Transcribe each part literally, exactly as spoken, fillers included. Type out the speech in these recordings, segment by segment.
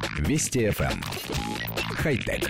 Вести эф эм. Хай-тек.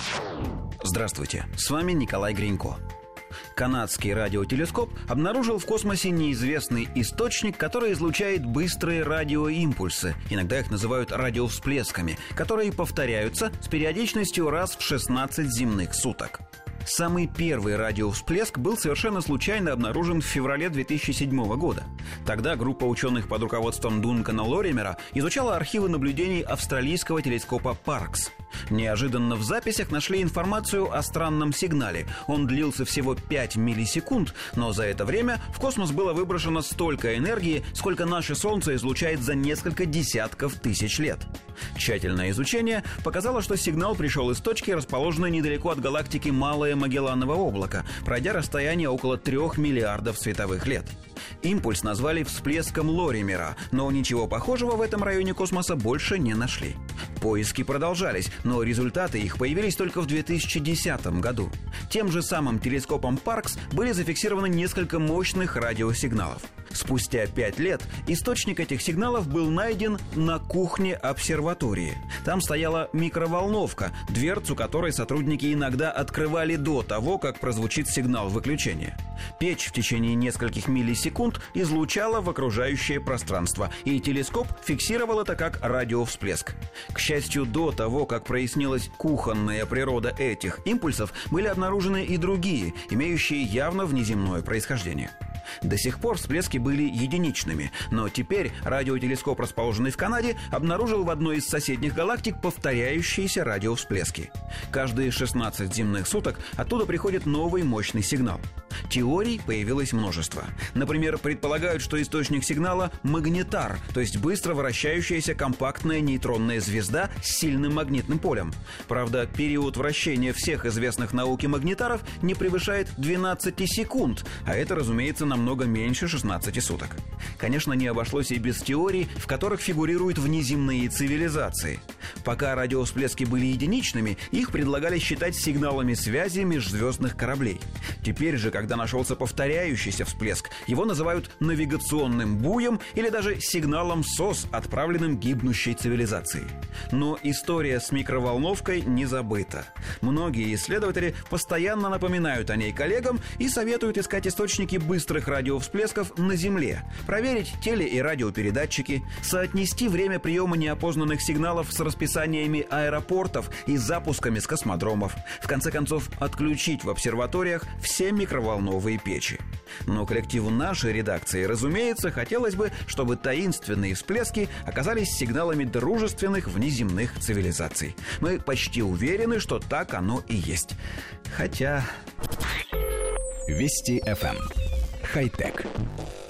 Здравствуйте, с вами Николай Гринько. Канадский радиотелескоп обнаружил в космосе неизвестный источник, который излучает быстрые радиоимпульсы, иногда их называют радиовсплесками, которые повторяются с периодичностью раз в шестнадцать земных суток. Самый первый радиовсплеск был совершенно случайно обнаружен в феврале две тысячи седьмого года. Тогда группа ученых под руководством Дункана Лоримера изучала архивы наблюдений австралийского телескопа Паркс. Неожиданно в записях нашли информацию о странном сигнале. Он длился всего пять миллисекунд, но за это время в космос было выброшено столько энергии, сколько наше Солнце излучает за несколько десятков тысяч лет. Тщательное изучение показало, что сигнал пришел из точки, расположенной недалеко от галактики Малое Магелланово облако, пройдя расстояние около трех миллиардов световых лет. Импульс назвали всплеском Лоримера, но ничего похожего в этом районе космоса больше не нашли. Поиски продолжались, но результаты их появились только в две тысячи десятом году. Тем же самым телескопом Паркс были зафиксированы несколько мощных радиосигналов. Спустя пять лет источник этих сигналов был найден на кухне обсерватории. Там стояла микроволновка, дверцу которой сотрудники иногда открывали до того, как прозвучит сигнал выключения. Печь в течение нескольких миллисекунд излучала в окружающее пространство, и телескоп фиксировал это как радиовсплеск. К счастью, до того, как прояснилась кухонная природа этих импульсов, были обнаружены и другие, имеющие явно внеземное происхождение. До сих пор всплески были единичными, но теперь радиотелескоп, расположенный в Канаде, обнаружил в одной из соседних галактик повторяющиеся радиовсплески. Каждые шестнадцать земных суток оттуда приходит новый мощный сигнал. Теорий появилось множество. Например, предполагают, что источник сигнала – магнитар, то есть быстро вращающаяся компактная нейтронная звезда с сильным магнитным полем. Правда, период вращения всех известных науке магнитаров не превышает двенадцать секунд, а это, разумеется, намного меньше шестнадцати суток. Конечно, не обошлось и без теорий, в которых фигурируют внеземные цивилизации. Пока радиовсплески были единичными, их предлагали считать сигналами связи межзвездных кораблей. Теперь же, когда нашелся повторяющийся всплеск, его называют навигационным буем или даже сигналом СОС, отправленным гибнущей цивилизацией. Но история с микроволновкой не забыта. Многие исследователи постоянно напоминают о ней коллегам и советуют искать источники быстрых радиовсплесков на Земле, проверить теле- и радиопередатчики, соотнести время приема неопознанных сигналов с расписаниями аэропортов и запусками с космодромов, в конце концов отключить в обсерваториях все микроволновые печи. Но коллективу нашей редакции, разумеется, хотелось бы, чтобы таинственные всплески оказались сигналами дружественных внеземных цивилизаций. Мы почти уверены, что так оно и есть. Хотя... Вести эф эм. Хай-тек.